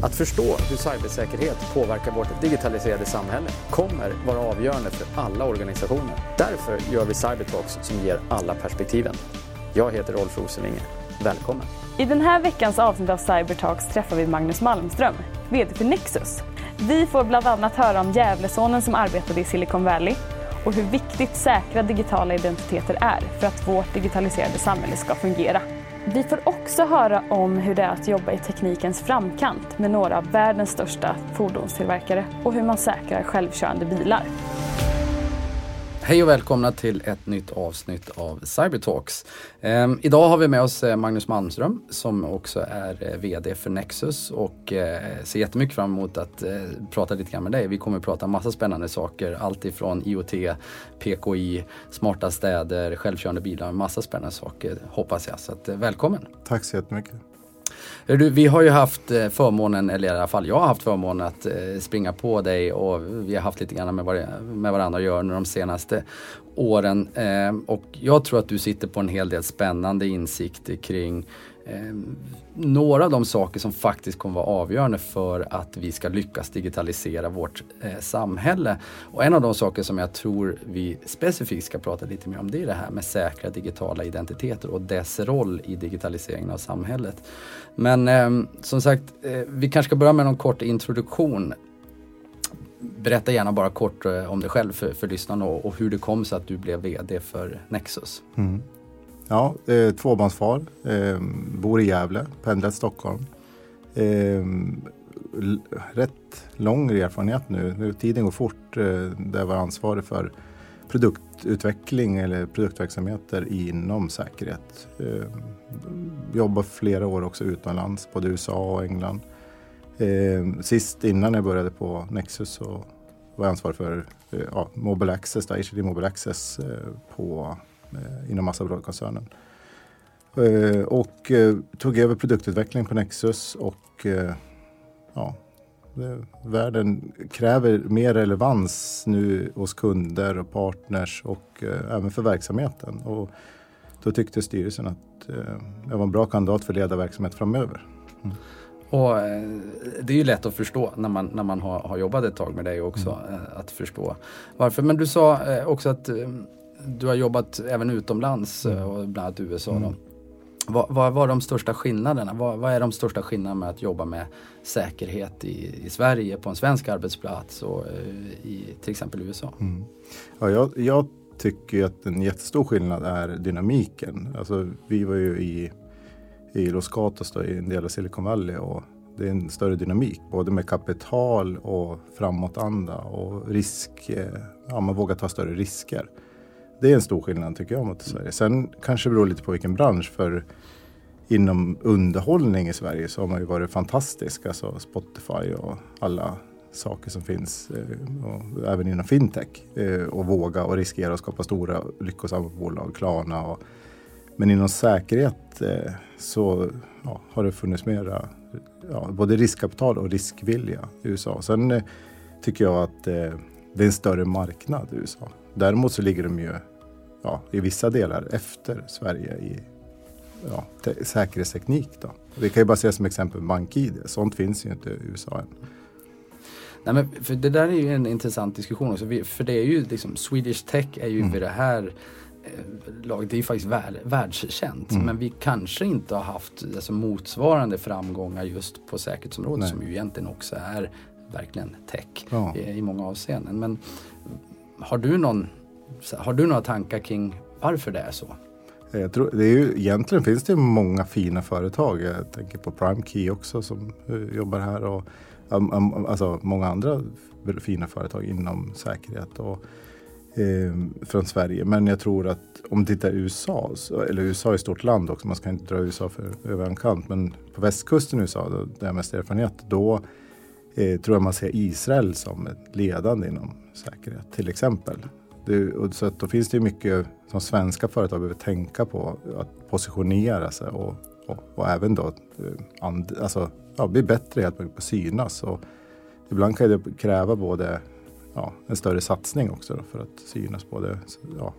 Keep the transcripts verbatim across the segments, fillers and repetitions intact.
Att förstå hur cybersäkerhet påverkar vårt digitaliserade samhälle kommer vara avgörande för alla organisationer. Därför gör vi Cybertalks som ger alla perspektiven. Jag heter Rolf Rosenvinge. Välkommen! I den här veckans avsnitt av Cybertalks träffar vi Magnus Malmström, vd för Nexus. Vi får bland annat höra om Gävlesonen som arbetade i Silicon Valley och hur viktigt säkra digitala identiteter är för att vårt digitaliserade samhälle ska fungera. Vi får också höra om hur det är att jobba i teknikens framkant med några av världens största fordonstillverkare och hur man säkrar självkörande bilar. Hej och välkomna till ett nytt avsnitt av Cybertalks. Eh, idag har vi med oss Magnus Malmström som också är vd för Nexus och eh, ser jättemycket fram emot att eh, prata lite grann med dig. Vi kommer att prata massa spännande saker, allt ifrån I O T, P K I, smarta städer, självkörande bilar, massa spännande saker hoppas jag. Så att, eh, välkommen! Tack så jättemycket! Du, vi har ju haft förmånen, eller i alla fall jag har haft förmånen att springa på dig och vi har haft lite grann med, var, med varandra att göra under de senaste åren. Eh, och jag tror att du sitter på en hel del spännande insikter kring eh, några av de saker som faktiskt kommer vara avgörande för att vi ska lyckas digitalisera vårt eh, samhälle. Och en av de saker som jag tror vi specifikt ska prata lite mer om, det är det här med säkra digitala identiteter och dess roll i digitaliseringen av samhället. Men eh, som sagt, eh, vi kanske ska börja med någon kort introduktion. Berätta gärna bara kort eh, om dig själv för, för lyssnarna och, och hur det kom så att du blev vd för Nexus. Mm. Ja, eh, tvåbarnsfar, eh, bor i Gävle, pendlar till Stockholm. Eh, l- rätt lång erfarenhet nu. nu tiden går fort. Eh, där jag var ansvarig för produktutveckling eller produktverksamheter inom säkerhet. Eh, jobbar flera år också utomlands, både U S A och England. Eh, sist innan jag började på Nexus så var jag ansvarig för eh, ja, Mobile Access, H D Mobile Access eh, på eh, inom Assa Abloy-koncernen. Eh, och eh, tog över produktutveckling på Nexus och eh, ja, det, världen kräver mer relevans nu hos kunder och partners och eh, även för verksamheten. Och då tyckte styrelsen att eh, jag var en bra kandidat för att leda verksamhet framöver. Mm. Och eh, det är ju lätt att förstå när man, när man har, har jobbat ett tag med dig också, mm. eh, att förstå varför. Men du sa eh, också att eh, du har jobbat även utomlands mm. och bland annat U S A. Mm. Vad, vad var de största skillnaderna? Vad, vad är de största skillnaderna med att jobba med säkerhet i, i Sverige på en svensk arbetsplats och eh, i till exempel U S A? Mm. Ja, jag, jag tycker att en jättestor skillnad är dynamiken. Alltså, vi var ju i i Los Gatos då, i en del av Silicon Valley och det är en större dynamik både med kapital och framåtanda och risk, ja man vågar ta större risker. Det är en stor skillnad tycker jag mot Sverige. Sen kanske det beror lite på vilken bransch, för inom underhållning i Sverige så har man ju varit fantastisk, alltså Spotify och alla saker som finns och även inom fintech och våga och riskera och skapa stora lyckosamma bolag, Klarna och men inom säkerhet eh, så ja, har det funnits mera ja, både riskkapital och riskvilja i U S A. Sen eh, tycker jag att eh, det är en större marknad i U S A. Däremot så ligger de ju ja, i vissa delar efter Sverige i ja, te- säkerhetsteknik. Då. Vi kan ju bara se som exempel BankID. Sånt finns ju inte i U S A än. Nej, men för det där är ju en intressant diskussion också. För det är ju liksom, Swedish Tech är ju mm. vid det här laget, det är ju faktiskt värld, världskänt mm. men vi kanske inte har haft alltså, motsvarande framgångar just på säkerhetsområdet. Nej. Som ju egentligen också är verkligen tech ja. i, i många avseenden. Men har du någon har du några tankar kring varför det är så? Jag tror, det är ju, egentligen finns det många fina företag. Jag tänker på PrimeKey också som uh, jobbar här och um, um, alltså många andra fina företag inom säkerhet och Eh, från Sverige. Men jag tror att om man tittar U S A, så, eller U S A är ett stort land också, man ska inte dra U S A för över en kant, men på västkusten i U S A, då, där jag mest erfarenhet, då eh, tror jag man ser Israel som ett ledande inom säkerhet till exempel. Det, och så att då finns det mycket som svenska företag behöver tänka på, att positionera sig och, och, och även då eh, and, alltså, ja, bli bättre helt enkelt på synas. Och ibland kan det kräva både ja, en större satsning också då, för att synas både ja,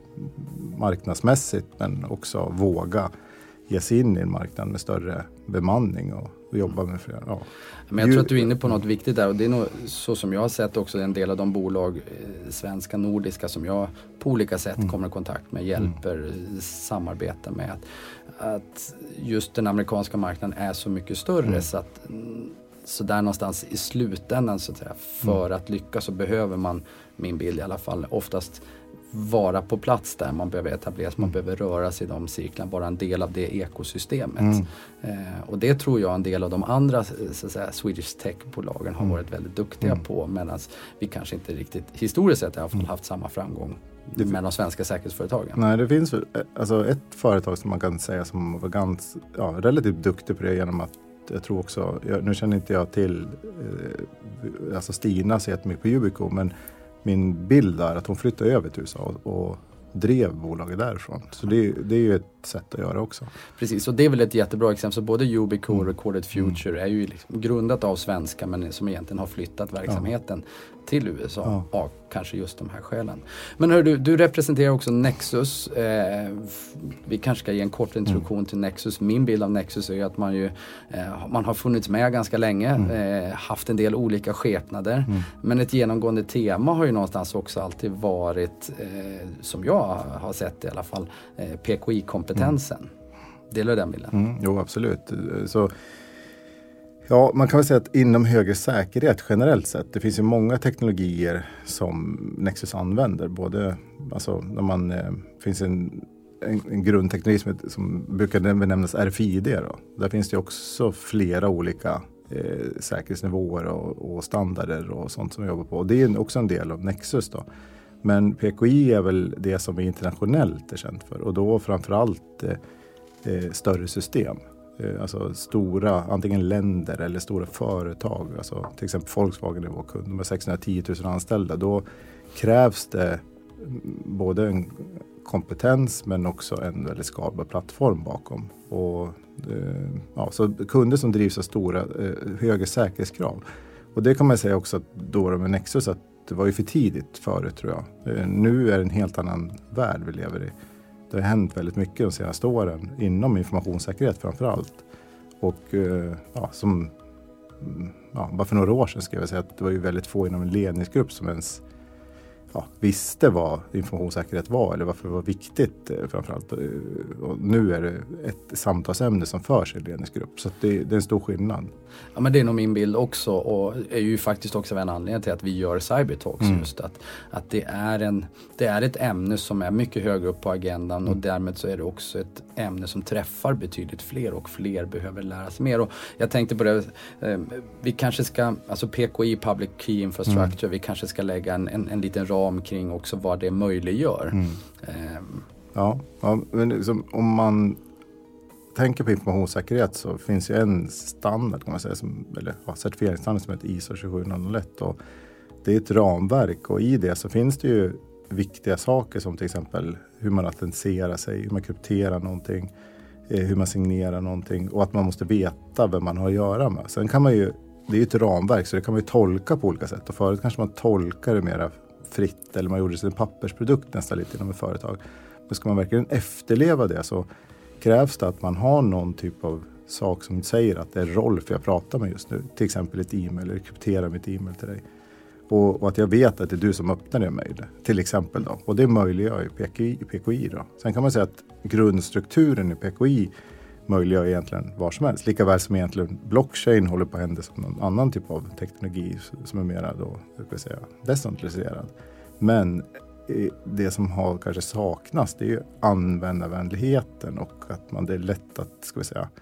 marknadsmässigt men också våga ge sig in i en marknad med större bemanning och, och jobba med flera. Ja. Men jag tror att du är inne på något viktigt där och det är nog så som jag har sett också en del av de bolag, eh, svenska, nordiska som jag på olika sätt mm. kommer i kontakt med, hjälper, mm. samarbetar med. Att, att just den amerikanska marknaden är så mycket större mm. så att så där någonstans i slutändan så att säga, för mm. att lyckas så behöver man, min bild i alla fall, oftast vara på plats där man behöver etableras, man behöver röra sig i de cyklarna, vara en del av det ekosystemet. Mm. Eh, och det tror jag en del av de andra så att säga, Swedish Tech-bolagen har varit väldigt duktiga mm. på, medan vi kanske inte riktigt historiskt sett i alla fall mm. haft samma framgång det med de svenska säkerhetsföretagen. Nej, det finns alltså ett företag som man kan säga som var ganska, ja, relativt duktig på det genom att jag tror också, jag, nu känner inte jag till eh, alltså Stina så jättemycket på Yubico, men min bild är att hon flyttade över till U S A och, och drev bolaget därifrån. Så det, det är ju ett sätt att göra också. Precis, och det är väl ett jättebra exempel. Så både Yubico och Recorded Future mm. är ju liksom grundat av svenska men som egentligen har flyttat verksamheten ja. till U S A ja. av kanske just de här skälen. Men hör du, du representerar också Nexus. Eh, vi kanske ska ge en kort introduktion mm. till Nexus. Min bild av Nexus är ju att man ju eh, man har funnits med ganska länge, mm. eh, haft en del olika skepnader. Mm. Men ett genomgående tema har ju någonstans också alltid varit, eh, som jag har sett i alla fall, eh, P K I-kompetensen. Mm. Delar du den bilden? Mm, jo, absolut. Så, ja, man kan väl säga att inom högre säkerhet generellt sett, det finns ju många teknologier som Nexus använder. Både, alltså när man, eh, finns en, en, en grundteknologi som, som brukar benämnas R F I D. Då. Där finns det också flera olika eh, säkerhetsnivåer och, och standarder och sånt som vi jobbar på. Och det är också en del av Nexus då. Men P K I är väl det som vi internationellt är känt för. Och då framförallt eh, eh, större system. Eh, alltså stora, antingen länder eller stora företag. Alltså till exempel Volkswagen är vår kund. De har sexhundratio tusen anställda. Då krävs det både en kompetens men också en väldigt skalbar plattform bakom. Och, eh, ja, så kunder som drivs av stora, eh, högre säkerhetskrav. Och det kan man säga också att då med Nexus att det var ju för tidigt förut tror jag. Eh, nu är det en helt annan värld vi lever i. Det har hänt väldigt mycket de senaste åren inom informationssäkerhet framför allt. Och eh, ja, som ja, bara för några år sedan ska jag säga att det var ju väldigt få inom en ledningsgrupp som ens ja, visste vad informationssäkerhet var eller varför det var viktigt eh, framförallt. Och nu är det ett samtalsämne som förs i en ledningsgrupp. Så att det, det är en stor skillnad. Ja, men det är nog min bild också och är ju faktiskt också en anledning till att vi gör Cybertalks mm. just att, att det, är en, det är ett ämne som är mycket högre upp på agendan mm. och därmed så är det också ett ämne som träffar betydligt fler och fler behöver lära sig mer. Och jag tänkte på det, eh, vi kanske ska, alltså P K I, Public Key Infrastructure, mm. vi kanske ska lägga en, en, en liten ram kring också vad det möjliggör. Mm. Eh, ja, ja, men liksom, om man tänker på informationssäkerhet så finns ju en standard kan man säga, som, eller ja, certifieringsstandard som heter I S O tjugosju noll noll ett och det är ett ramverk och i det så finns det ju viktiga saker som till exempel hur man autentiserar sig, hur man krypterar någonting, eh, hur man signerar någonting och att man måste veta vem man har att göra med. Sen kan man ju, det är ju ett ramverk så det kan man ju tolka på olika sätt och förut kanske man tolkar det mera fritt eller man gjorde sin pappersprodukt nästan lite inom ett företag. Men ska man verkligen efterleva det så krävs det att man har någon typ av sak som säger att det är Rolf jag pratar med just nu. Till exempel ett e-mail eller kryptera mitt e-mail till dig. Och, och att jag vet att det är du som öppnar det mejlet. Till exempel då. Och det möjliggör ju P K I, P K I då. Sen kan man säga att grundstrukturen i P K I möjliggör egentligen var som helst. Lika väl som egentligen blockchain håller på att hända som någon annan typ av teknologi som är mera då, ska jag säga, decentraliserad. Men det som har kanske saknas det är ju användarvänligheten och att man det är lätt att ska vi säga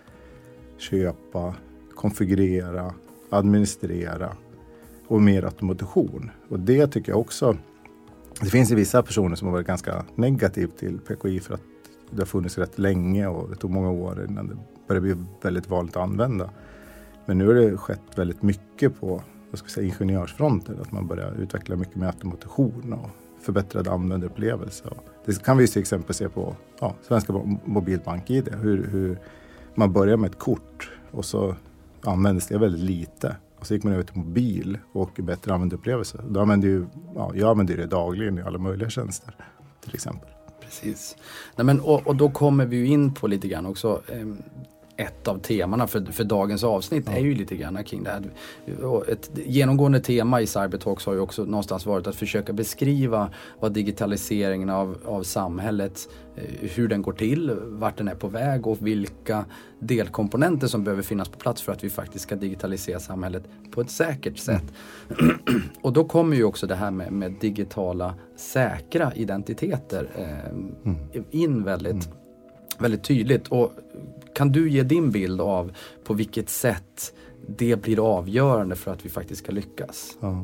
köpa, konfigurera, administrera och mer automation. Och det tycker jag också, det finns ju vissa personer som har varit ganska negativ till P K I för att det har funnits rätt länge och det tog många år innan det började bli väldigt vanligt att använda. Men nu har det skett väldigt mycket på vad ska vi säga, ingenjörsfronten, att man börjar utveckla mycket mer automation och förbättrad användarupplevelse. Det kan vi till exempel se på ja, Svenska Mobilbank-I D. Hur, hur man börjar med ett kort och så användes det väldigt lite. Och så gick man över till mobil och bättre användarupplevelse. Då använder ju, ja, jag använder det dagligen i alla möjliga tjänster till exempel. Precis. Nej, men, och, och då kommer vi ju in på lite grann också. ett av temana för, för dagens avsnitt ja. är ju lite grann kring det här. Ett genomgående tema i Cybertalks har ju också någonstans varit att försöka beskriva vad digitaliseringen av, av samhället, hur den går till, vart den är på väg och vilka delkomponenter som behöver finnas på plats för att vi faktiskt ska digitalisera samhället på ett säkert sätt. Mm. Och då kommer ju också det här med, med digitala säkra identiteter eh, mm. in väldigt, mm. väldigt tydligt. Och kan du ge din bild av på vilket sätt det blir avgörande för att vi faktiskt ska lyckas? Ja.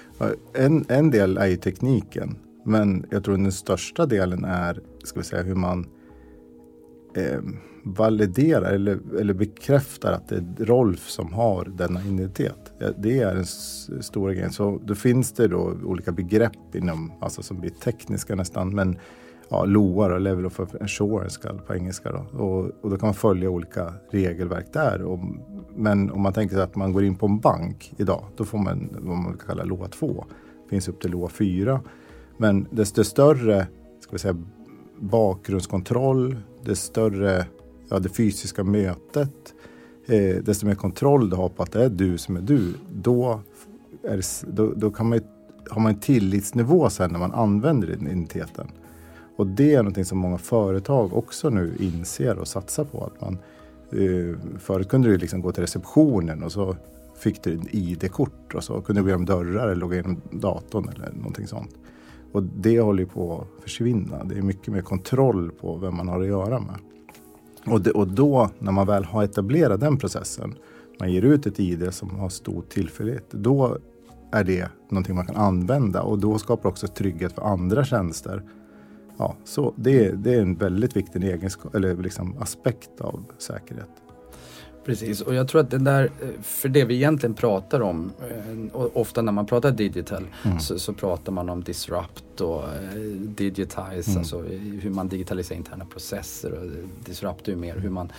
En, en del är ju tekniken. Men jag tror den största delen är, ska vi säga, hur man eh, validerar eller, eller bekräftar att det är Rolf som har denna identitet. Det är en s- stor grej. Så då finns det då olika begrepp inom, alltså som blir tekniska nästan, men ja, L O A och Level of Assurance på engelska då. Och, och då kan man följa olika regelverk där. Och, men om man tänker sig att man går in på en bank idag, då får man vad man kallar L O A två. Det finns upp till L O A fyra. Men desto större, ska vi säga, bakgrundskontroll, desto större, ja, det fysiska mötet, eh, desto mer kontroll du har på att det är du som är du, då, är det, då, då kan man, har man en tillitsnivå sen när man använder identiteten. Och det är någonting som många företag också nu inser och satsar på. Att man, eh, förut kunde du liksom gå till receptionen och så fick du ett I D-kort och så kunde du gå igenom dörrar eller logga igenom datorn eller någonting sånt. Och det håller ju på att försvinna. Det är mycket mer kontroll på vem man har att göra med. Och, det, och då, när man väl har etablerat den processen, man ger ut ett I D som har stor tillförlighet, då är det någonting man kan använda. Och då skapar också trygghet för andra tjänster. Ja, så det, det är en väldigt viktig egenskap, eller liksom aspekt av säkerhet. Precis, och jag tror att det där, för det vi egentligen pratar om, och ofta när man pratar digital mm. så, så pratar man om disrupt och digitize, mm. alltså hur man digitaliserar interna processer, och disrupt är ju mer hur man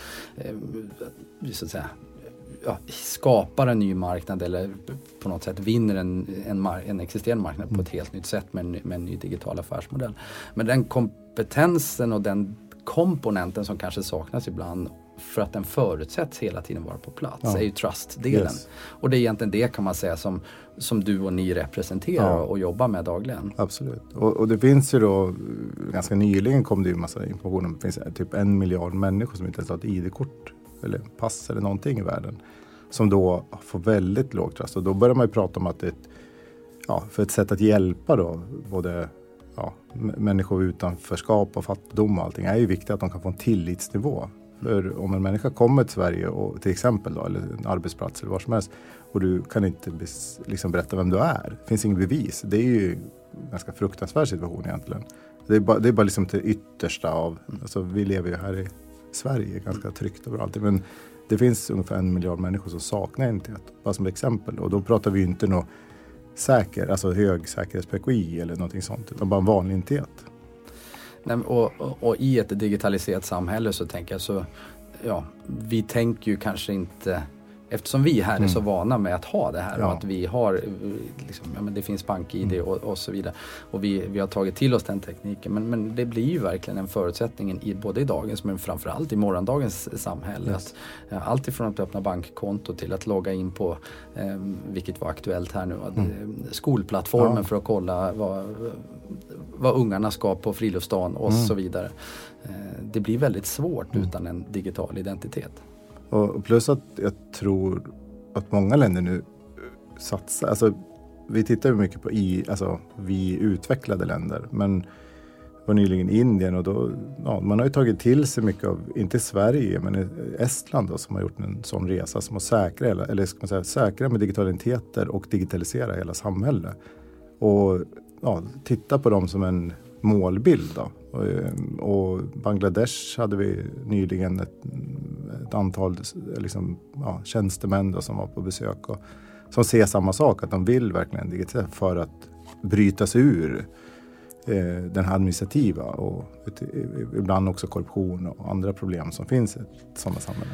så att säga, ja, skapar en ny marknad eller på något sätt vinner en, en, mar- en existerande marknad mm. på ett helt nytt sätt med en, med en ny digital affärsmodell. Men den kompetensen och den komponenten som kanske saknas ibland för att den förutsätts hela tiden vara på plats ja. är ju trust-delen. Yes. Och det är egentligen det, kan man säga, som, som du och ni representerar ja. och jobbar med dagligen. Absolut. Och, och det finns ju då, ganska nyligen kom det ju en massa information om, det finns typ en miljard människor som inte ens har ett I D-kort eller pass eller någonting i världen, som då får väldigt låg trust. Och då börjar man ju prata om att det är ett, ja, för ett sätt att hjälpa då både ja, m- människor utanförskap och fattigdom och allting, är ju viktigt att de kan få en tillitsnivå. För om en människa kommer till Sverige och till exempel då, eller en arbetsplats eller vad som helst, och du kan inte bes, liksom berätta vem du är, det finns inget bevis, det är ju en ganska fruktansvärd situation egentligen. Det är bara, det är bara liksom till yttersta av, alltså vi lever ju här i Sverige ganska tryggt överallt, men det finns ungefär en miljard människor som saknar identitet, bara som exempel, och då pratar vi ju inte något säker, alltså hög säkerhets-P K I eller någonting sånt, utan bara en vanlig identitet. Nej, och, och, och i ett digitaliserat samhälle så tänker jag så, ja, vi tänker ju kanske inte, eftersom vi här mm. är så vana med att ha det här ja. och att vi har, liksom, ja, men det finns bank-I D mm. och, och så vidare, och vi, vi har tagit till oss den tekniken, men, men det blir ju verkligen en förutsättning i, både i dagens men framförallt i morgondagens samhälle. Yes. Att, ja, allt ifrån att öppna bankkonto till att logga in på, eh, vilket var aktuellt här nu, att, mm. skolplattformen ja. för att kolla vad, vad ungarna ska på friluftsdagen och mm. så vidare. Eh, det blir väldigt svårt mm. utan en digital identitet. Och plus att jag tror att många länder nu satsar, alltså vi tittar ju mycket på i, alltså vi utvecklade länder, men var nyligen i Indien, och då, ja, man har ju tagit till sig mycket av, inte Sverige, men Estland då, som har gjort en sån resa som att säkra, eller ska man säga, säkra med digitala identiteter och digitalisera hela samhället. Och ja, titta på dem som en målbild då. Och, och Bangladesh hade vi nyligen ett, ett antal liksom, ja, tjänstemän då, som var på besök och som ser samma sak, att de vill verkligen digitalisera för att bryta sig ur eh, den här administrativa och ett, ibland också korruption och andra problem som finns i ett sådana samhälle.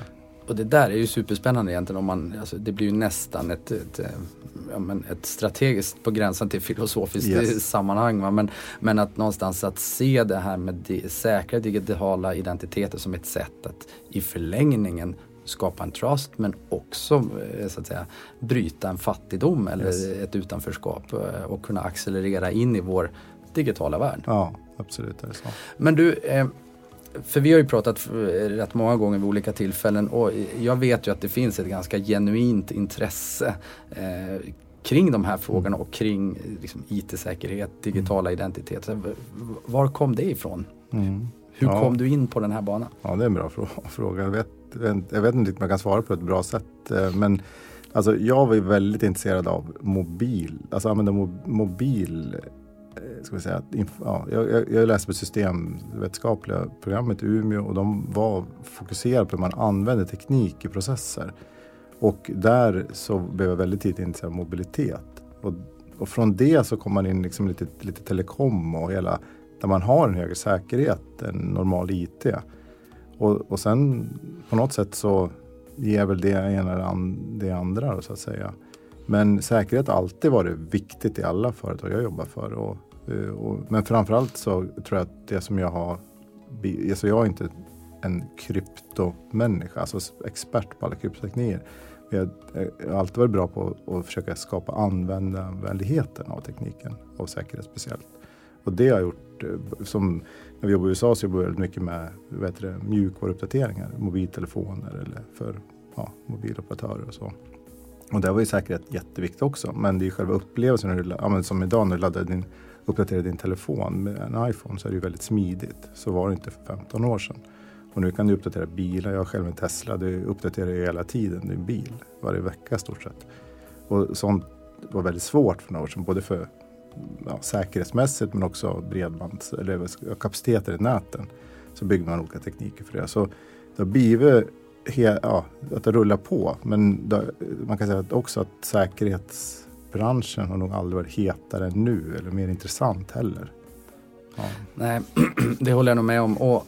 och det där är ju superspännande egentligen. Om man, alltså, det blir ju nästan ett, ett, ja, men ett strategiskt på gränsen till filosofiskt yes. sammanhang. Va? Men, men att någonstans att se det här med de, säkra digitala identiteter som ett sätt att i förlängningen skapa en trust, men också så att säga bryta en fattigdom eller yes. ett utanförskap och kunna accelerera in i vår digitala värld. Ja, absolut är det så. Men du, eh, för vi har ju pratat rätt många gånger vid olika tillfällen och jag vet ju att det finns ett ganska genuint intresse eh, kring de här frågorna och kring liksom, I T-säkerhet, digitala mm. identitet. Var kom det ifrån? Mm. Hur ja. kom du in på den här banan? Ja, det är en bra fråga. Jag vet, jag vet inte om man kan svara på ett bra sätt. Men alltså, jag var ju väldigt intresserad av mobil. Alltså använda mo- mobil... Ska vi säga, ja, jag, jag läste på systemvetenskapliga programmet i Umeå och de var fokuserade på hur man använder teknik i processer. Och där så blev jag väldigt tidigt intresserad av mobilitet. Och, och från det så kom man in liksom lite, lite telekom och hela, där man har en högre säkerhet än normal I T. Och, och sen på något sätt så ger väl det ena eller det andra då, så att säga. Men säkerhet har alltid varit viktigt i alla företag jag jobbar för. Och, och, men framförallt så tror jag att det som jag har... Alltså jag är inte en kryptomänniska, alltså expert på alla kryptotekniker. Jag har alltid varit bra på att försöka skapa användarvänligheten av tekniken och säkerhet speciellt. Och det har jag gjort, som när vi jobbar i U S A så jobbar jag väldigt mycket med vet du, mjukvaruuppdateringar, mobiltelefoner eller för ja, mobiloperatörer och så. Och där var ju säkerhet jätteviktigt också. Men det är ju själva upplevelsen. När du, ja, men som idag när du laddar din, uppdaterar din telefon med en iPhone så är det ju väldigt smidigt. Så var det inte för femton år sedan. Och nu kan du uppdatera bilar. Jag har själv en Tesla. Du uppdaterar ju hela tiden din bil. Varje vecka stort sett. Och sånt var väldigt svårt för några år sedan. Både för ja, säkerhetsmässigt men också bredbands eller kapaciteter i näten. Så bygger man olika tekniker för det. Så det har blivit... He, ja, att det rullar på. Men då, man kan säga att också att säkerhetsbranschen har nog aldrig varit hetare än nu. Eller mer intressant heller. Ja. Nej, det håller jag nog med om. Och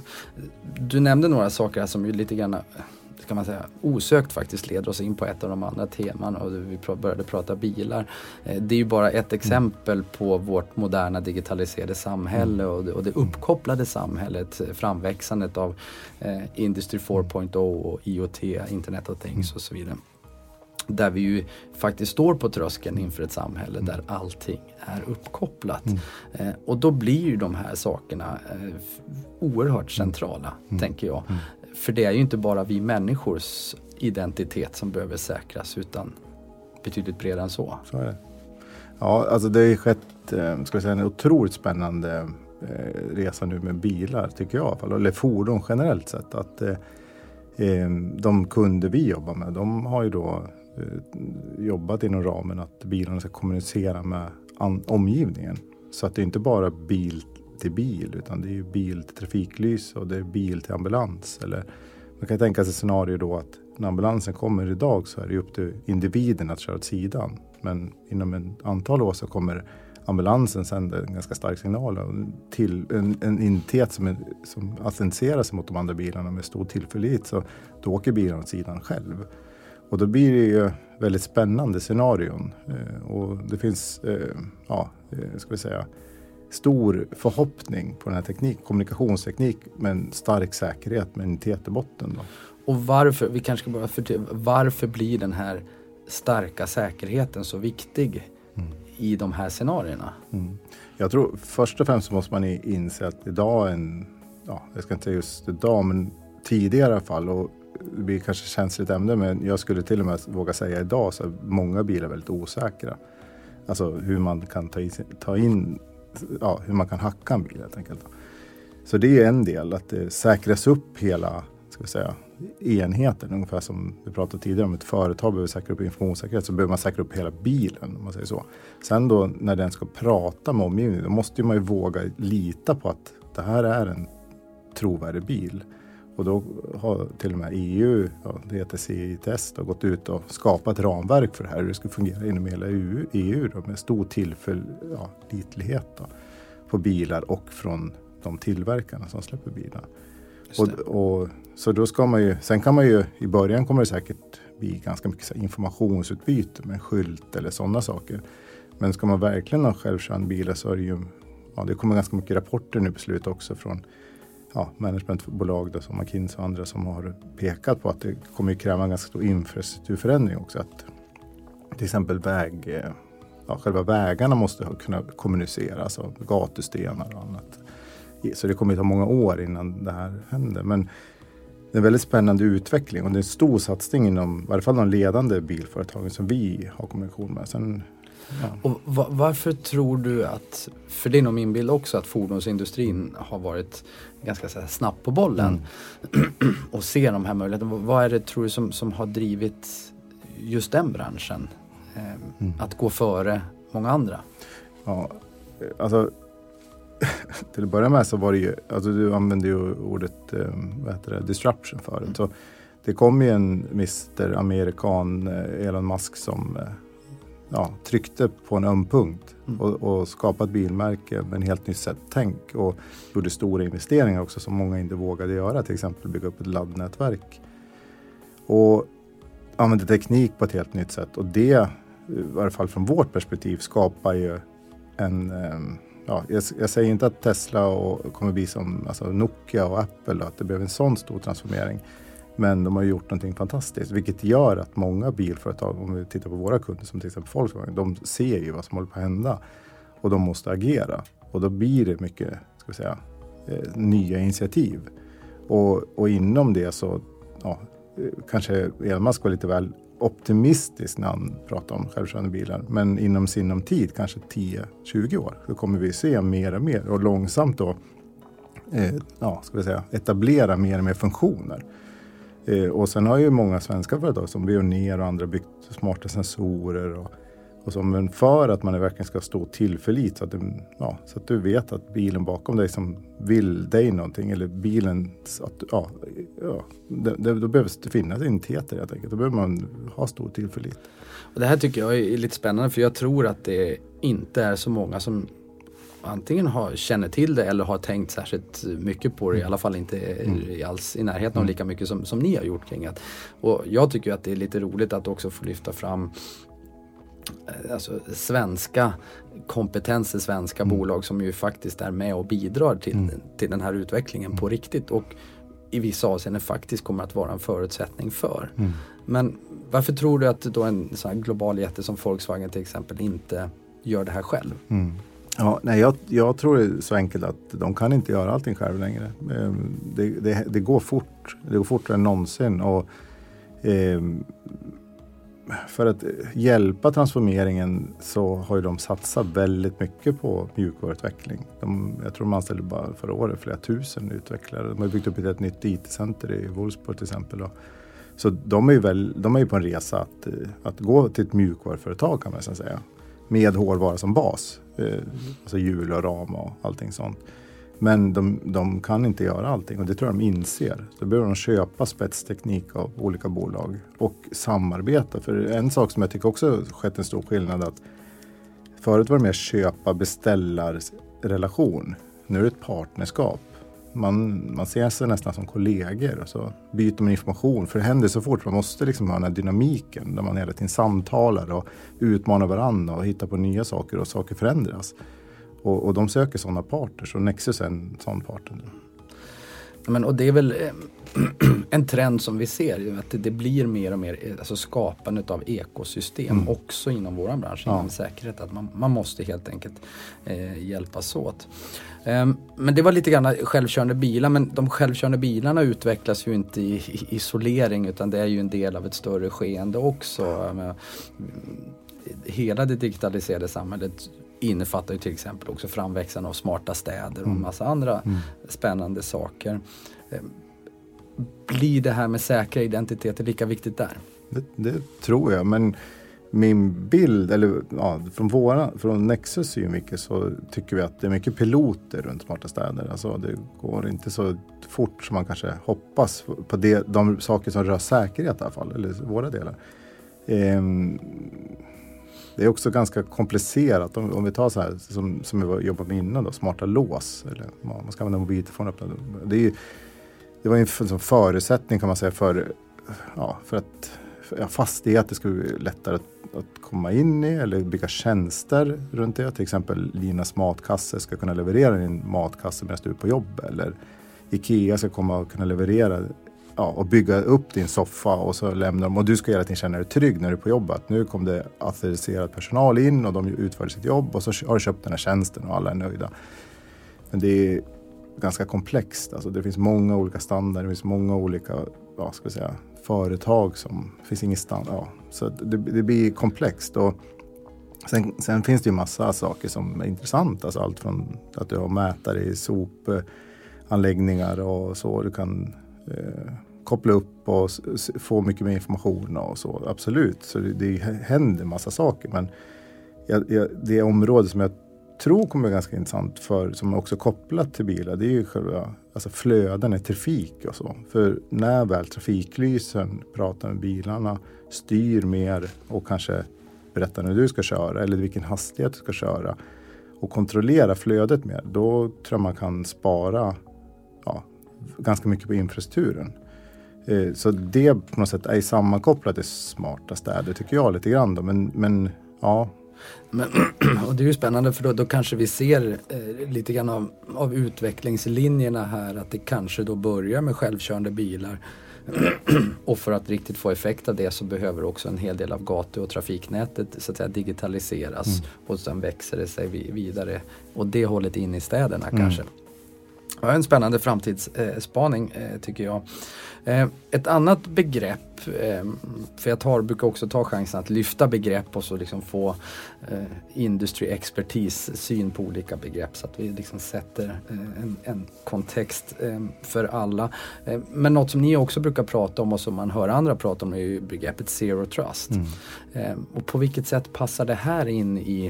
du nämnde några saker här som ju lite grann, kan man säga, osökt faktiskt leder oss in på ett av de andra teman. Och vi började prata bilar. Det är ju bara ett exempel på vårt moderna digitaliserade samhälle och det, och det uppkopplade samhället, framväxandet av eh, Industry four point oh och I O T, Internet of Things och så vidare. Där vi ju faktiskt står på tröskeln inför ett samhälle där allting är uppkopplat. Mm. Eh, och då blir ju de här sakerna eh, oerhört centrala, mm. tänker jag. Mm. För det är ju inte bara vi människors identitet som behöver säkras utan betydligt bredare än så. Så är det. Ja, alltså det har skett eh, ska jag säga, en otroligt spännande eh, resa nu med bilar tycker jag i alla fall. Eller fordon generellt sett. Att eh, de kunder vi jobbar med, de har ju då eh, jobbat inom ramen att bilarna ska kommunicera med an- omgivningen. Så att det är inte bara bil till bil utan det är ju bil till trafiklys och det är bil till ambulans. Eller man kan tänka sig scenario då att när ambulansen kommer idag så är det upp till individen att köra åt sidan. Men inom en antal år så kommer ambulansen sända en ganska stark signal till en, en identitet som, är, som autentiserar sig mot de andra bilarna med stor tillförlit. Så då åker bilen åt sidan själv. Och då blir det ju väldigt spännande scenarion. Eh, och det finns, eh, ja, ska vi säga, stor förhoppning på den här teknik, kommunikationsteknik med en stark säkerhet med en identitet i botten. Då. Och varför, vi kanske ska bara för, varför blir den här starka säkerheten så viktig mm. i de här scenarierna? Mm. Jag tror först och främst måste man inse att idag en, ja, jag ska inte säga just idag, men tidigare i alla fall, och det blir kanske känsligt ämne, men jag skulle till och med våga säga idag så är många bilar väldigt osäkra. Alltså hur man kan ta in, ta in ja, hur man kan hacka en bil helt enkelt. Så det är en del, att det säkras upp hela, ska vi säga, enheten. Ungefär som vi pratade tidigare om, ett företag behöver säkra upp informationssäkerhet, så behöver man säkra upp hela bilen, om man säger så. Sen då när den ska prata med omgivningen, då måste man ju våga lita på att det här är en trovärdig bil. Och då har till och med E U, ja, det heter C I T S, gått ut och skapat ett ramverk för det här. Hur det ska fungera inom hela E U då, med stor tillförlitlighet ja, på bilar och från de tillverkarna som släpper bilar. Och, och, så då ska man ju, sen kan man ju, i början kommer det säkert bli ganska mycket så här, informationsutbyte med en skylt eller sådana saker. Men ska man verkligen ha självkörande bilar så är det ju, ja, det kommer ganska mycket rapporter nu på slutet också från ja, managementbolag då, som McKinsey och andra som har pekat på att det kommer ju kräva en ganska stor infrastrukturförändring också. Att till exempel väg, ja, själva vägarna måste kunna kommunicera, alltså gatustenar och annat. Så det kommer att ta många år innan det här händer. Men det är en väldigt spännande utveckling och det är en stor satsning inom i varje fall de ledande bilföretagen som vi har kommunikation med. Sen, ja. Och va- varför tror du att, för det är nog min bild också, att fordonsindustrin har varit ganska så här, snabb på bollen mm. och ser de här möjligheterna. Vad är det tror du som, som har drivit just den branschen eh, mm. att gå före många andra? Ja, alltså till att börja med så var det ju, alltså du använde ju ordet eh, vad heter det, disruption förut. Mm. Så det kom ju en mister Amerikan, eh, Elon Musk, som eh, ja, tryckte på en öm punkt mm. och, och skapade ett bilmärke med en helt nytt sätt tänk och gjorde stora investeringar också som många inte vågade göra, till exempel bygga upp ett laddnätverk och använde teknik på ett helt nytt sätt och det, i varje fall från vårt perspektiv, skapar ju en eh, ja, jag, jag säger inte att Tesla och, kommer bli som alltså Nokia och Apple och att det behöver en sån stor transformering. Men de har gjort någonting fantastiskt. Vilket gör att många bilföretag, om vi tittar på våra kunder som till exempel Volkswagen, de ser ju vad som håller på att hända. Och de måste agera. Och då blir det mycket, ska vi säga, eh, nya initiativ. Och, och inom det så, ja, kanske Elon Musk var lite väl optimistisk när han pratar om självkörande bilar. Men inom sinom tid, kanske tio till tjugo år, så kommer vi se mer och mer och långsamt då eh, ja, ska vi säga, etablera mer och mer funktioner. Eh, och sen har ju många svenska företag som Veoneer och andra byggt smarta sensorer och, och så, men för att man verkligen ska stå tillförlit så att, du, ja, så att du vet att bilen bakom dig som vill dig någonting eller bilen, att, ja, ja, det, det, då behövs det finnas identiteter helt enkelt. Då behöver man ha stor tillförlit. Och det här tycker jag är lite spännande för jag tror att det inte är så många som antingen har, känner till det eller har tänkt särskilt mycket på det, i alla fall inte mm. alls i närheten av lika mycket som, som ni har gjort kring det. Och jag tycker att det är lite roligt att också få lyfta fram alltså svenska kompetenser, svenska mm. bolag som ju faktiskt är med och bidrar till, mm. till den här utvecklingen mm. på riktigt och i vissa avseenden faktiskt kommer att vara en förutsättning för. Mm. Men varför tror du att då en sån här global jätte som Volkswagen till exempel inte gör det här själv? Mm. Ja, nej, jag, jag tror det är så enkelt att de kan inte göra allting själv längre. Det, det, det går fort. Det går fortare än någonsin. Och, eh, för att hjälpa transformeringen så har ju de satsat väldigt mycket på mjukvaruutveckling. De, jag tror de anställde bara förra året flera tusen utvecklare. De har byggt upp ett nytt I T-center i Wolfsburg till exempel. Och, så de är ju väl, de är ju på en resa att, att gå till ett mjukvaruföretag kan man säga. Med hårdvara som bas. Eh, alltså hjul och ram och allting sånt. Men de, de kan inte göra allting och det tror jag de inser. Så då behöver de köpa spetsteknik av olika bolag och samarbeta. För en sak som jag tycker också skett en stor skillnad att förut var det mer köpa beställarrelation. Nu är det ett partnerskap. Man, man ser sig nästan som kollegor och så byter man information. För det händer så fort. Man måste liksom ha den här dynamiken där man hela tiden samtalar och utmanar varandra och hittar på nya saker och saker förändras. Och, och de söker sådana partners och Nexus är en sån partner. Men, och det är väl en trend som vi ser att det, det blir mer och mer alltså skapandet av ekosystem mm. också inom vår bransch, inom ja. säkerhet. Att man, man måste helt enkelt eh, hjälpas åt. Um, men det var lite grann självkörande bilar, men de självkörande bilarna utvecklas ju inte i, i isolering utan det är ju en del av ett större skeende också. Men, hela det digitaliserade samhället innefattar ju till exempel också framväxande av smarta städer och en massa andra mm. spännande saker. Blir det här med säkra identiteter lika viktigt där? Det, det tror jag, men min bild, eller ja, från, våra, från Nexus synvinkel så tycker vi att det är mycket piloter runt smarta städer. Alltså det går inte så fort som man kanske hoppas på det, de saker som rör säkerhet i alla fall, eller våra delar. Ehm, Det är också ganska komplicerat om, om vi tar så här som, som vi jobbat med innan då, smarta lås eller man ska använda mobiltelefon. Det är ju det var en förutsättning kan man säga för, ja, för att ja, fastigheter skulle bli lättare att, att komma in i eller bygga tjänster runt det. Till exempel Linas matkasse ska kunna leverera din matkasse medan du är på jobb. Eller Ikea ska komma och kunna leverera ja, och bygga upp din soffa och så lämnar de. Och du ska hela tiden känna dig trygg när du är på jobbet. Nu kom det auktoriserad personal in och de utför sitt jobb och så har du köpt den här tjänsten och alla är nöjda. Men det är ganska komplext. Alltså det finns många olika standarder, det finns många olika ja, ska jag säga, företag som det finns ingen standard. Ja, så det, det blir komplext. Och sen, sen finns det ju massa saker som är intressant. Alltså allt från att du har mätare i sopanläggningar och så. Du kan eh, koppla upp och s- få mycket mer information och så. Absolut, så det, det händer massa saker. Men jag, jag, det område som jag tror kommer ganska intressant för, som är också kopplat till bilar, det är ju själva alltså flöden i trafik och så. För när väl trafiklysen pratar med bilarna, styr mer och kanske berättar när du ska köra eller vilken hastighet du ska köra och kontrollera flödet mer, då tror jag man kan spara ja, ganska mycket på infrastrukturen. Eh, så det på något sätt är sammankopplat till smarta städer tycker jag lite grann då. Men, men ja. Men, och det är ju spännande för då, då kanske vi ser eh, lite grann av, av utvecklingslinjerna här att det kanske då börjar med självkörande bilar och för att riktigt få effekt av det så behöver också en hel del av gatu- och trafiknätet så att säga digitaliseras mm. och sen växer det sig vidare och det hållet in i städerna mm. kanske. Ja, en spännande framtidsspaning eh, tycker jag. Eh, ett annat begrepp, eh, för jag tar, brukar också ta chansen att lyfta begrepp och så liksom få eh, industry-expertis syn på olika begrepp så att vi liksom sätter eh, en, en kontext eh, för alla. Eh, men något som ni också brukar prata om och som man hör andra prata om är ju begreppet zero trust. Mm. Eh, och på vilket sätt passar det här in i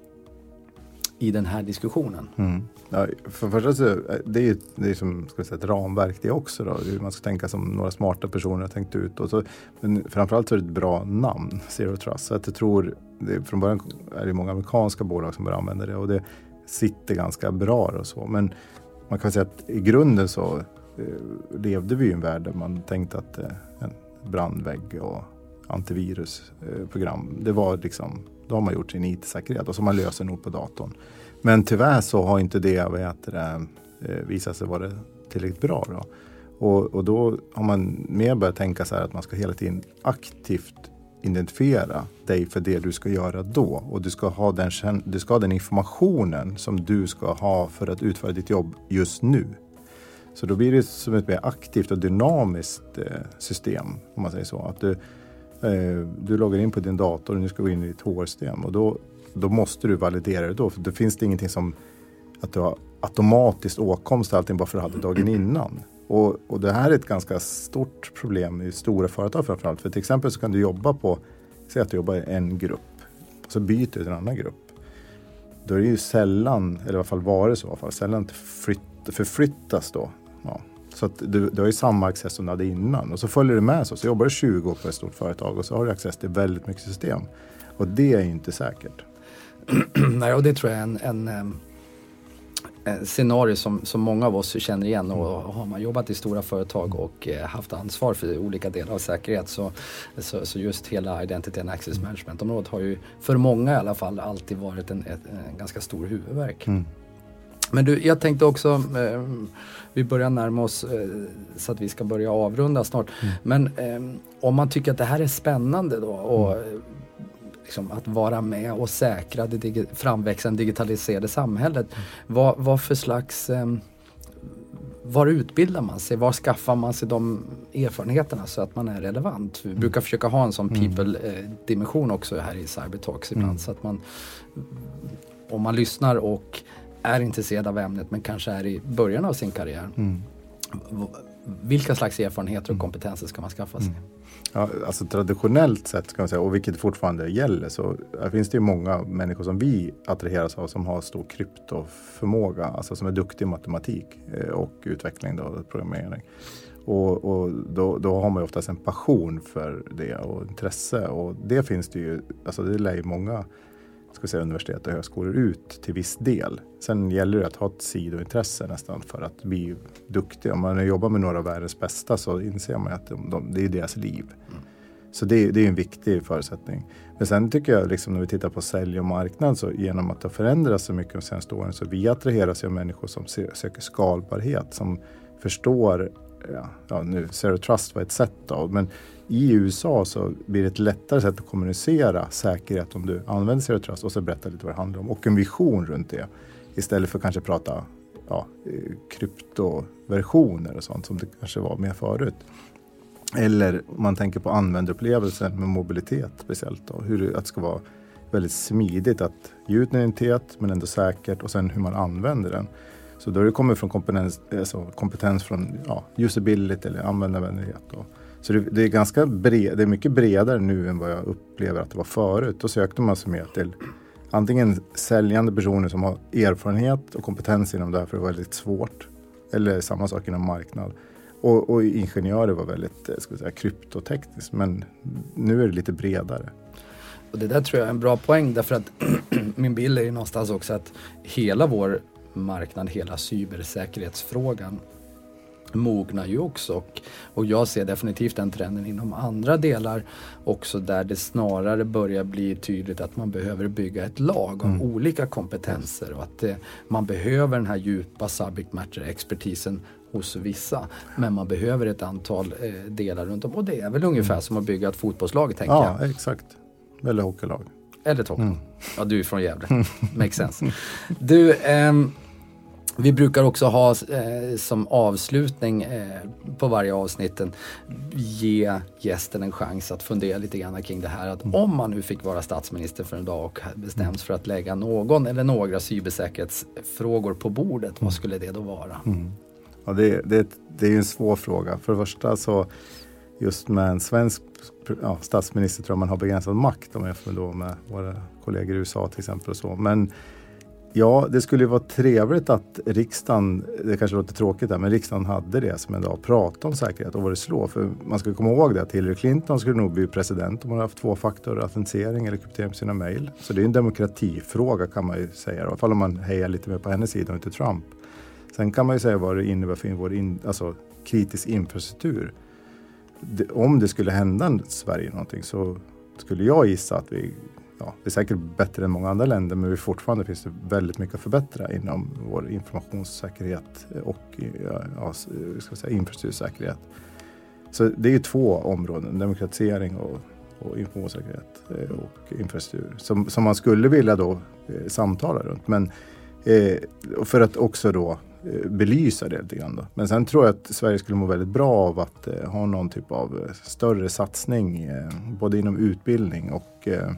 i den här diskussionen? Mm. Ja, för första så det är ju det är som ska jag säga, ett ramverk det också då, hur man ska tänka som några smarta personer har tänkt ut och så, men framförallt så är det ett bra namn, Zero Trust, så att jag tror det, från början är det många amerikanska bolag som börjar använda det och det sitter ganska bra och så, men man kan säga att i grunden så eh, levde vi i en värld där man tänkte att eh, en brandvägg och antivirusprogram, eh, det var liksom då har man gjort sin I T-säkerhet och så man löser nog på datorn. Men tyvärr så har inte det, vet det visat sig vara tillräckligt bra då. Och, och då har man mer börjat tänka så här att man ska hela tiden aktivt identifiera dig för det du ska göra då. Och du ska ha den, du ska ha den informationen som du ska ha för att utföra ditt jobb just nu. Så då blir det som ett mer aktivt och dynamiskt system, om man säger så. Att du Du loggar in på din dator och nu ska gå in i ditt H R-system och då, då måste du validera det då. För det finns det ingenting som att du har automatiskt åkomst allting bara för att du hade dagen innan. Och, och det här är ett ganska stort problem i stora företag framförallt. För till exempel så kan du jobba på, säg att du jobbar i en grupp och så byter du till en annan grupp. Då är det ju sällan, eller i alla fall var det så i alla fall, sällan flytt, förflyttas då. Ja. Så att du, du har ju samma access som du hade innan. Och så följer du med så. Så jobbar du tjugo år på ett stort företag och så har du access till väldigt mycket system. Och det är ju inte säkert. Nej, och det tror jag är en, en, en scenario som, som många av oss känner igen. Och har man jobbat i stora företag och haft ansvar för olika delar av säkerhet så, så, så just hela Identity and Access Management-området har ju för många i alla fall alltid varit en, ett, en ganska stor huvudvärk. Mm. Men du, jag tänkte också, eh, vi börjar närma oss eh, så att vi ska börja avrunda snart. Mm. Men eh, om man tycker att det här är spännande då och mm. liksom, att vara med och säkra det dig- framväxande digitaliserade samhället. Mm. Vad, vad för slags, eh, var utbildar man sig? Var skaffar man sig de erfarenheterna så att man är relevant? Vi brukar försöka ha en sån people-dimension också här i Cybertalks ibland. Mm. Så att man, om man lyssnar och är intresserad av ämnet men kanske är i början av sin karriär. Mm. Vilka slags erfarenheter och kompetenser ska man skaffa sig? Mm. Ja, alltså traditionellt sett kan man säga, och vilket fortfarande gäller, så finns det ju många människor som vi attraheras av som har stor kryptoförmåga, alltså som är duktiga i matematik och utveckling då, programmering. Och, och då, då har man ju oftast en passion för det och intresse, och det finns det ju, alltså det lär ju många ska säga, universitet och högskolor ut till viss del. Sen gäller det att ha ett sidointresse nästan för att bli duktig. Om man jobbar med några av världens bästa så inser man att de, de, det är deras liv. Mm. Så det, det är en viktig förutsättning. Men sen tycker jag liksom när vi tittar på sälj och marknad så genom att det förändras så mycket de senaste åren så vi attraheras av människor som söker skalbarhet, som förstår, ja, ja nu Zero Trust var ett sätt då, men i U S A så blir det ett lättare sätt att kommunicera säkerhet om du använder Zero Trust och så berätta lite vad det handlar om och en vision runt det istället för kanske prata ja, kryptoversioner och sånt som det kanske var med förut. Eller om man tänker på användarupplevelsen med mobilitet speciellt då, hur det, att det ska vara väldigt smidigt att ge ut en identitet men ändå säkert och sen hur man använder den. Så då har det kommit från kompetens, alltså kompetens från ja, usability eller användarvänlighet då. Så det, det är ganska bred, det är mycket bredare nu än vad jag upplever att det var förut. Då sökte man sig med till antingen säljande personer som har erfarenhet och kompetens inom det här för det var väldigt svårt. Eller samma sak inom marknad. Och, och ingenjörer var väldigt ska jag säga, kryptotekniskt. Men nu är det lite bredare. Och det där tror jag är en bra poäng. Därför att min bild är ju någonstans också att hela vår marknad, hela cybersäkerhetsfrågan mognar ju också och, och jag ser definitivt den trenden inom andra delar också där det snarare börjar bli tydligt att man behöver bygga ett lag av mm. olika kompetenser och att det, man behöver den här djupa subject matter expertisen hos vissa men man behöver ett antal eh, delar runt om och det är väl ungefär mm. som att bygga ett fotbollslag tänker ja, jag. Ja exakt, eller hockeylag. Eller ett hockey. Mm. Ja du är från Gävle, makes sense. Du, ehm, vi brukar också ha eh, som avslutning eh, på varje avsnitten ge gästen en chans att fundera lite grann kring det här. Att mm. om man nu fick vara statsminister för en dag och bestäms för att lägga någon eller några cybersäkerhetsfrågor på bordet, vad skulle det då vara? Mm. Ja, det, det, det är ju en svår fråga. För det första så just med en svensk ja, statsminister tror jag man har begränsad makt om jag jämför då med våra kollegor i U S A till exempel och så. Men ja, det skulle ju vara trevligt att riksdagen, det kanske låter tråkigt där, men riksdagen hade det som en dag, prata om säkerhet och vad det slår. För man ska komma ihåg det att Hillary Clinton skulle nog bli president om man har haft tvåfaktor autentisering eller kryptering på sina mejl. Så det är en demokratifråga kan man ju säga, i alla fall om man hejar lite mer på hennes sida och inte Trump. Sen kan man ju säga vad det innebär för vår in, alltså, kritisk infrastruktur. Det, om det skulle hända i Sverige någonting så skulle jag gissa att vi Ja, det är säkert bättre än många andra länder men vi fortfarande finns det väldigt mycket att förbättra inom vår informationssäkerhet och ja, ska jag säga, infrastruktursäkerhet. Så det är ju två områden, demokratisering och, och informationssäkerhet och infrastruktur som, som man skulle vilja då eh, samtala runt. Men eh, för att också då eh, belysa det lite grann då. Men sen tror jag att Sverige skulle må väldigt bra av att eh, ha någon typ av större satsning eh, både inom utbildning och eh,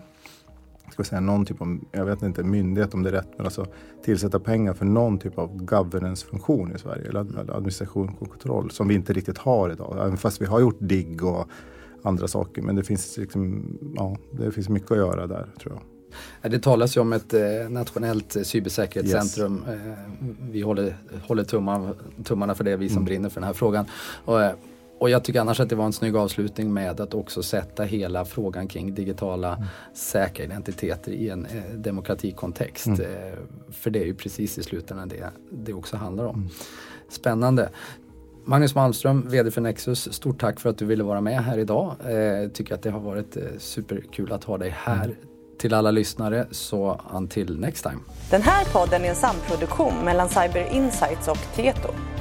ska säga någon typ av, jag vet inte myndighet om det är rätt, men alltså tillsätta pengar för någon typ av governance-funktion i Sverige, eller administration och kontroll, som vi inte riktigt har idag. Även fast vi har gjort D I G och andra saker, men det finns liksom, ja, det finns mycket att göra där, tror jag. Det talas ju om ett eh, nationellt cybersäkerhetscentrum. Yes. Eh, vi håller, håller tummarna, tummarna för det, vi som mm. brinner för den här frågan. Och, eh, Och jag tycker annars att det var en snygg avslutning med att också sätta hela frågan kring digitala mm. säkra identiteter i en eh, demokratikontext. Mm. Eh, för det är ju precis i slutändan det det också handlar om. Mm. Spännande. Magnus Malmström, vd för Nexus, stort tack för att du ville vara med här idag. Eh, tycker att det har varit eh, superkul att ha dig här. Mm. Till alla lyssnare, så until next time. Den här podden är en samproduktion mellan Cyber Insights och Tieto.